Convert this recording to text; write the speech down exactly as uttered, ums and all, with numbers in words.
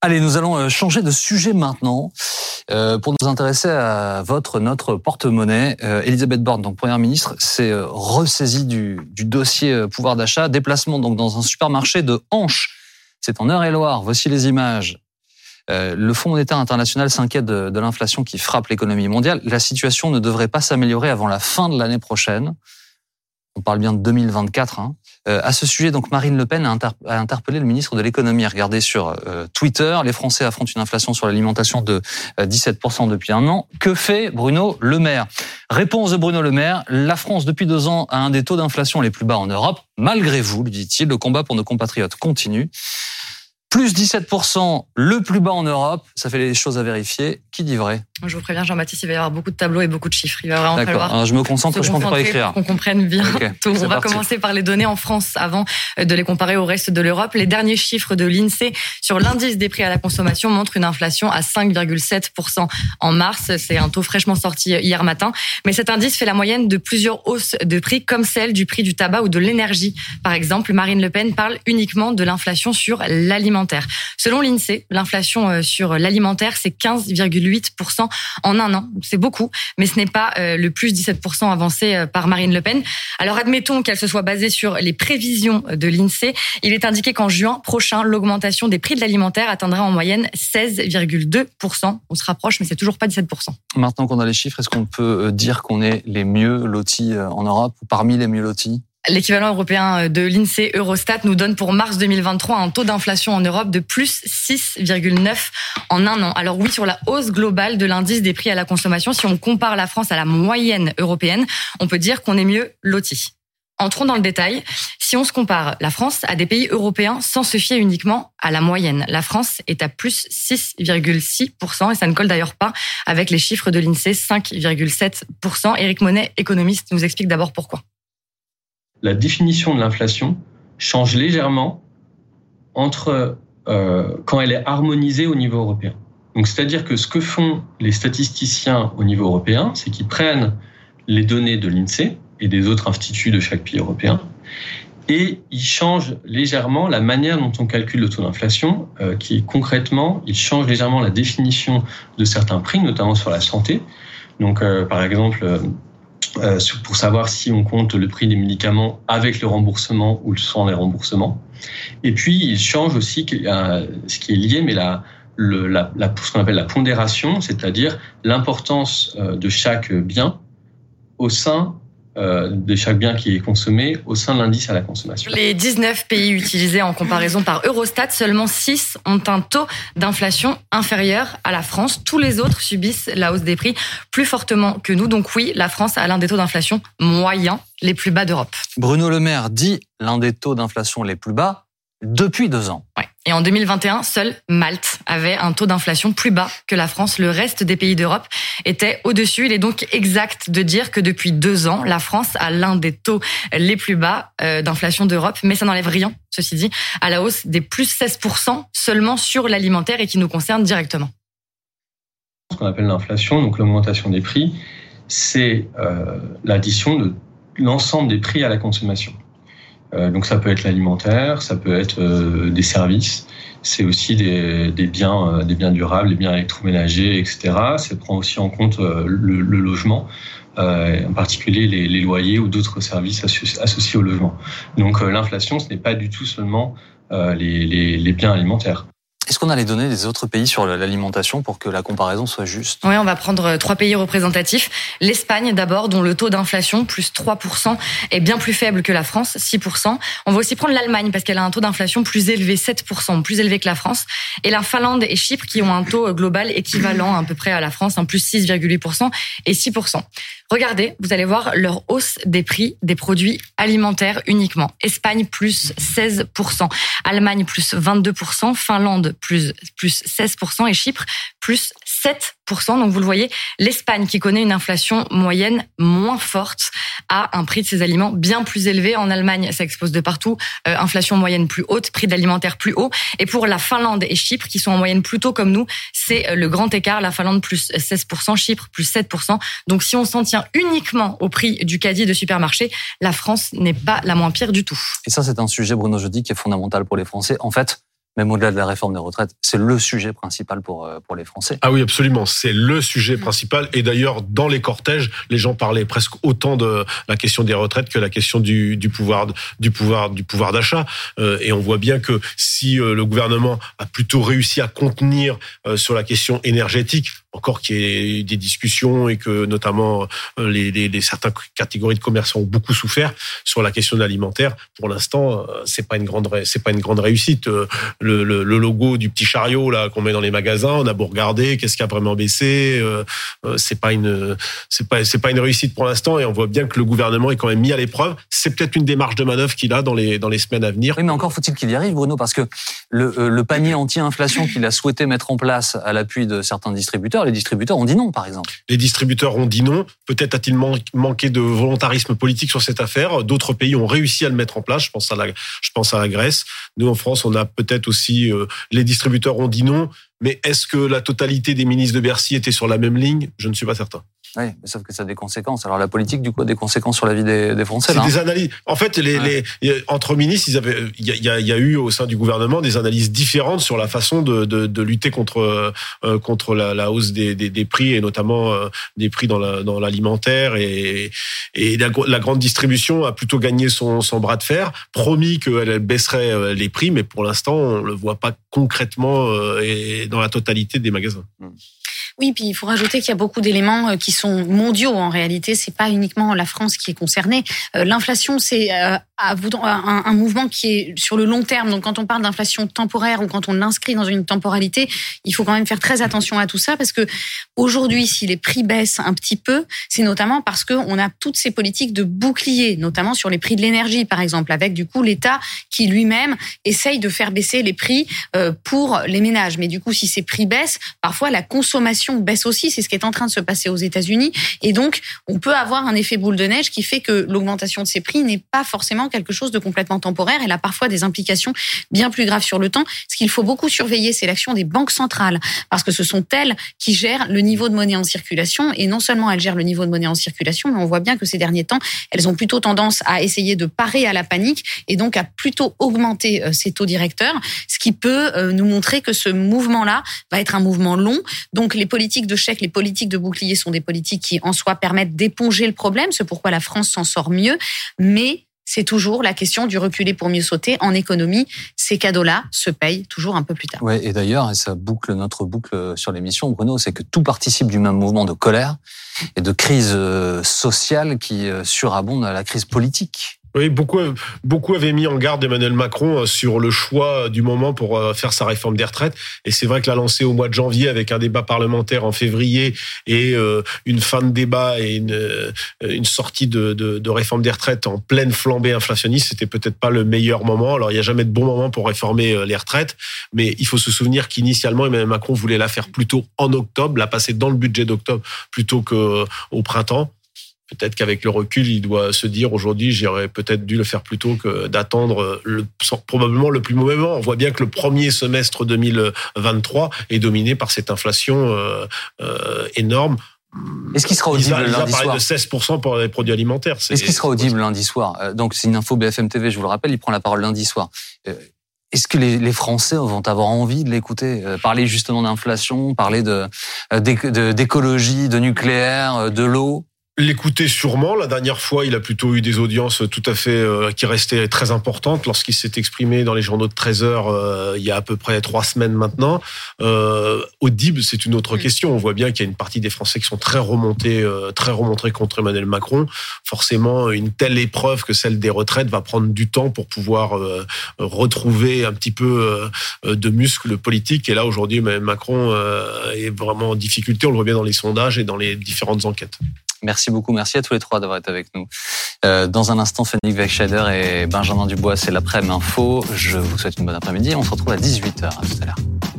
Allez, nous allons changer de sujet maintenant euh, pour nous intéresser à votre, notre porte-monnaie. Euh, Elisabeth Borne, donc Première ministre, s'est euh, ressaisie du, du dossier euh, pouvoir d'achat. Déplacement donc dans un supermarché de Hanche. C'est en Eure-et-Loire. Voici les images. Euh, le Fonds monétaire international s'inquiète de, de l'inflation qui frappe l'économie mondiale. La situation ne devrait pas s'améliorer avant la fin de l'année prochaine. On parle bien de deux mille vingt-quatre. Hein. Euh, à ce sujet, donc Marine Le Pen a, inter- a interpellé le ministre de l'économie. Regardez sur euh, Twitter, les Français affrontent une inflation sur l'alimentation de euh, dix-sept pour cent depuis un an. Que fait Bruno Le Maire ? Réponse de Bruno Le Maire, la France depuis deux ans a un des taux d'inflation les plus bas en Europe. Malgré vous, lui dit-il, le combat pour nos compatriotes continue. Plus dix-sept pour cent, le plus bas en Europe, ça fait les choses à vérifier. Qui dit vrai ? Je vous préviens, Jean-Baptiste, il va y avoir beaucoup de tableaux et beaucoup de chiffres. Il va vraiment D'accord. falloir Alors, je me concentre, je ne peux pas écrire. Pour qu'on comprenne bien okay. tout. On C'est va parti. commencer par les données en France avant de les comparer au reste de l'Europe. Les derniers chiffres de l'INSEE sur l'indice des prix à la consommation montrent une inflation à cinq virgule sept pour cent en mars. C'est un taux fraîchement sorti hier matin. Mais cet indice fait la moyenne de plusieurs hausses de prix, comme celle du prix du tabac ou de l'énergie. Par exemple, Marine Le Pen parle uniquement de l'inflation sur l'alimentaire. Selon l'INSEE, l'inflation sur l'alimentaire, c'est quinze virgule huit pour cent en un an. C'est beaucoup, mais ce n'est pas le plus dix-sept pour cent avancé par Marine Le Pen. Alors admettons qu'elle se soit basée sur les prévisions de l'INSEE. Il est indiqué qu'en juin prochain, l'augmentation des prix de l'alimentaire atteindra en moyenne seize virgule deux pour cent. On se rapproche, mais c'est toujours pas dix-sept pour cent. Maintenant qu'on a les chiffres, est-ce qu'on peut dire qu'on est les mieux lotis en Europe ou parmi les mieux lotis ? L'équivalent européen de l'INSEE Eurostat nous donne pour mars deux mille vingt-trois un taux d'inflation en Europe de plus six virgule neuf en un an. Alors oui, sur la hausse globale de l'indice des prix à la consommation, si on compare la France à la moyenne européenne, on peut dire qu'on est mieux loti. Entrons dans le détail. Si on se compare la France à des pays européens sans se fier uniquement à la moyenne, la France est à plus six virgule six pour cent et ça ne colle d'ailleurs pas avec les chiffres de l'INSEE, cinq virgule sept pour cent. Éric Monnet, économiste, nous explique d'abord pourquoi. La définition de l'inflation change légèrement entre euh, quand elle est harmonisée au niveau européen. Donc, c'est-à-dire que ce que font les statisticiens au niveau européen, c'est qu'ils prennent les données de l'INSEE et des autres instituts de chaque pays européen et ils changent légèrement la manière dont on calcule le taux d'inflation, euh, qui est concrètement, ils changent légèrement la définition de certains prix, notamment sur la santé. Donc, euh, par exemple, euh, Euh, pour savoir si on compte le prix des médicaments avec le remboursement ou sans les remboursements. Et puis, il change aussi euh, ce qui est lié, mais la, le, la, la, ce qu'on appelle la pondération, c'est-à-dire l'importance euh, de chaque bien au sein euh, de chaque bien qui est consommé au sein de l'indice à la consommation. Les dix-neuf pays utilisés en comparaison par Eurostat, seulement six ont un taux d'inflation inférieur à la France. Tous les autres subissent la hausse des prix plus fortement que nous. Donc oui, la France a l'un des taux d'inflation moyens les plus bas d'Europe. Bruno Le Maire dit l'un des taux d'inflation les plus bas depuis deux ans. Ouais. Et en deux mille vingt et un, seul Malte avait un taux d'inflation plus bas que la France. Le reste des pays d'Europe était au-dessus. Il est donc exact de dire que depuis deux ans, la France a l'un des taux les plus bas d'inflation d'Europe. Mais ça n'enlève rien, ceci dit, à la hausse des plus seize pour cent seulement sur l'alimentaire et qui nous concerne directement. Ce qu'on appelle l'inflation, donc l'augmentation des prix, c'est euh, l'addition de l'ensemble des prix à la consommation. Donc ça peut être l'alimentaire, ça peut être euh, des services, c'est aussi des, des biens, euh, des biens durables, des biens électroménagers, et cetera. Ça prend aussi en compte euh, le, le logement, euh, en particulier les, les loyers ou d'autres services associ- associés au logement. Donc euh, l'inflation, ce n'est pas du tout seulement euh, les, les, les biens alimentaires. Est-ce qu'on a les données des autres pays sur l'alimentation pour que la comparaison soit juste ? Oui, on va prendre trois pays représentatifs. L'Espagne d'abord, dont le taux d'inflation, plus trois pour cent, est bien plus faible que la France, six pour cent. On va aussi prendre l'Allemagne parce qu'elle a un taux d'inflation plus élevé, sept pour cent, plus élevé que la France. Et la Finlande et Chypre qui ont un taux global équivalent à peu près à la France, un plus six virgule huit pour cent et six pour cent. Regardez, vous allez voir leur hausse des prix des produits alimentaires uniquement. Espagne, plus seize pour cent. Allemagne, plus vingt-deux pour cent. Finlande, plus, plus seize pour cent. Et Chypre, plus sept pour cent. Donc vous le voyez, l'Espagne, qui connaît une inflation moyenne moins forte, a un prix de ses aliments bien plus élevé. En Allemagne, ça explose de partout. Euh, inflation moyenne plus haute, prix de l'alimentaire plus haut. Et pour la Finlande et Chypre, qui sont en moyenne plutôt comme nous, c'est le grand écart. La Finlande, plus seize pour cent. Chypre, plus sept pour cent. Donc si on s'en tient uniquement au prix du caddie de supermarché, la France n'est pas la moins pire du tout. Et ça, c'est un sujet, Bruno Jeudi, qui est fondamental pour les Français. En fait, Même au-delà de la réforme des retraites, c'est le sujet principal pour pour les Français. Ah oui, absolument, c'est le sujet principal. Et d'ailleurs, dans les cortèges, les gens parlaient presque autant de la question des retraites que la question du, du pouvoir du pouvoir du pouvoir d'achat. Euh, et on voit bien que si euh, le gouvernement a plutôt réussi à contenir euh, sur la question énergétique, encore qu'il y ait des discussions et que notamment euh, les, les, les certaines catégories de commerçants ont beaucoup souffert sur la question de l'alimentaire. Pour l'instant, euh, c'est pas une grande c'est pas une grande réussite. Euh, Le, le, le logo du petit chariot là qu'on met dans les magasins, on a beau regarder, qu'est-ce qui a vraiment baissé, euh, euh, c'est pas une, c'est pas, c'est pas une réussite pour l'instant, et on voit bien que le gouvernement est quand même mis à l'épreuve. C'est peut-être une démarche de manœuvre qu'il a dans les dans les semaines à venir. Oui, mais encore faut-il qu'il y arrive, Bruno, parce que le, euh, le panier anti-inflation qu'il a souhaité mettre en place à l'appui de certains distributeurs, les distributeurs ont dit non, par exemple. Les distributeurs ont dit non. Peut-être a-t-il man- manqué de volontarisme politique sur cette affaire. D'autres pays ont réussi à le mettre en place. Je pense à la, je pense à la Grèce. Nous en France, on a peut-être aussi euh, les distributeurs ont dit non, mais est-ce que la totalité des ministres de Bercy étaient sur la même ligne ? Je ne suis pas certain. Oui, mais sauf que ça a des conséquences. Alors la politique, du coup, a des conséquences sur la vie des, des Français. C'est là, des hein. analyses. En fait, les, ouais. les, entre ministres, ils avaient, il y a, il y a eu au sein du gouvernement des analyses différentes sur la façon de, de, de lutter contre euh, contre la, la hausse des, des, des prix, et notamment euh, des prix dans, la, dans l'alimentaire, et, et la, la grande distribution a plutôt gagné son, son bras de fer, promis qu'elle baisserait les prix, mais pour l'instant, on le voit pas concrètement euh, et dans la totalité des magasins. Mmh. Oui, puis il faut rajouter qu'il y a beaucoup d'éléments qui sont mondiaux en réalité. C'est pas uniquement la France qui est concernée. Euh, l'inflation, c'est euh, un, un mouvement qui est sur le long terme. Donc quand on parle d'inflation temporaire ou quand on l'inscrit dans une temporalité, il faut quand même faire très attention à tout ça, parce que aujourd'hui, si les prix baissent un petit peu, c'est notamment parce que on a toutes ces politiques de bouclier, notamment sur les prix de l'énergie, par exemple, avec du coup l'État qui lui-même essaye de faire baisser les prix euh, pour les ménages. Mais du coup, si ces prix baissent, parfois la consommation baisse aussi, c'est ce qui est en train de se passer aux États-Unis, et donc on peut avoir un effet boule de neige qui fait que l'augmentation de ces prix n'est pas forcément quelque chose de complètement temporaire. Elle a parfois des implications bien plus graves sur le temps. Ce qu'il faut beaucoup surveiller, c'est l'action des banques centrales, parce que ce sont elles qui gèrent le niveau de monnaie en circulation, et non seulement elles gèrent le niveau de monnaie en circulation, mais on voit bien que ces derniers temps, elles ont plutôt tendance à essayer de parer à la panique et donc à plutôt augmenter ces taux directeurs, ce qui peut nous montrer que ce mouvement-là va être un mouvement long. Donc les politiques de chèque, les politiques de bouclier sont des politiques qui, en soi, permettent d'éponger le problème. C'est pourquoi la France s'en sort mieux. Mais c'est toujours la question du reculer pour mieux sauter. En économie, ces cadeaux-là se payent toujours un peu plus tard. Ouais, et d'ailleurs, et ça boucle notre boucle sur l'émission, Bruno, c'est que tout participe du même mouvement de colère et de crise sociale qui surabonde à la crise politique. Oui, beaucoup, beaucoup avaient mis en garde Emmanuel Macron sur le choix du moment pour faire sa réforme des retraites. Et c'est vrai que l'a lancé au mois de janvier avec un débat parlementaire en février et une fin de débat et une, une sortie de, de, de réforme des retraites en pleine flambée inflationniste, c'était peut-être pas le meilleur moment. Alors, il n'y a jamais de bon moment pour réformer les retraites, mais il faut se souvenir qu'initialement, Emmanuel Macron voulait la faire plutôt en octobre, la passer dans le budget d'octobre plutôt qu'au printemps. Peut-être qu'avec le recul, il doit se dire aujourd'hui, j'aurais peut-être dû le faire plutôt que d'attendre le, probablement le plus mauvais moment. On voit bien que le premier semestre deux mille vingt-trois est dominé par cette inflation euh, euh, énorme. Est-ce qu'il sera audible Lisa, lundi Lisa soir de seize pour cent pour les produits alimentaires. C'est, Est-ce qu'il sera audible lundi soir ? Donc c'est une info B F M T V, je vous le rappelle, il prend la parole lundi soir. Est-ce que les, les Français vont avoir envie de l'écouter ? euh, Parler justement d'inflation, parler de, de, d'écologie, de nucléaire, de l'eau ? L'écouter sûrement. La dernière fois, il a plutôt eu des audiences tout à fait euh, qui restaient très importantes lorsqu'il s'est exprimé dans les journaux de treize heures euh, il y a à peu près trois semaines maintenant. Euh, audible, c'est une autre question. On voit bien qu'il y a une partie des Français qui sont très remontés, euh, très remontés contre Emmanuel Macron. Forcément, une telle épreuve que celle des retraites va prendre du temps pour pouvoir euh, retrouver un petit peu euh, de muscle politique. Et là, aujourd'hui, Emmanuel Macron euh, est vraiment en difficulté. On le voit bien dans les sondages et dans les différentes enquêtes. Merci beaucoup, merci à tous les trois d'avoir été avec nous. Euh, dans un instant, Fanny Wegscheider et Benjamin Dubois, c'est l'après-midi info. Je vous souhaite une bonne après-midi. On se retrouve à dix-huit heures. À tout à l'heure.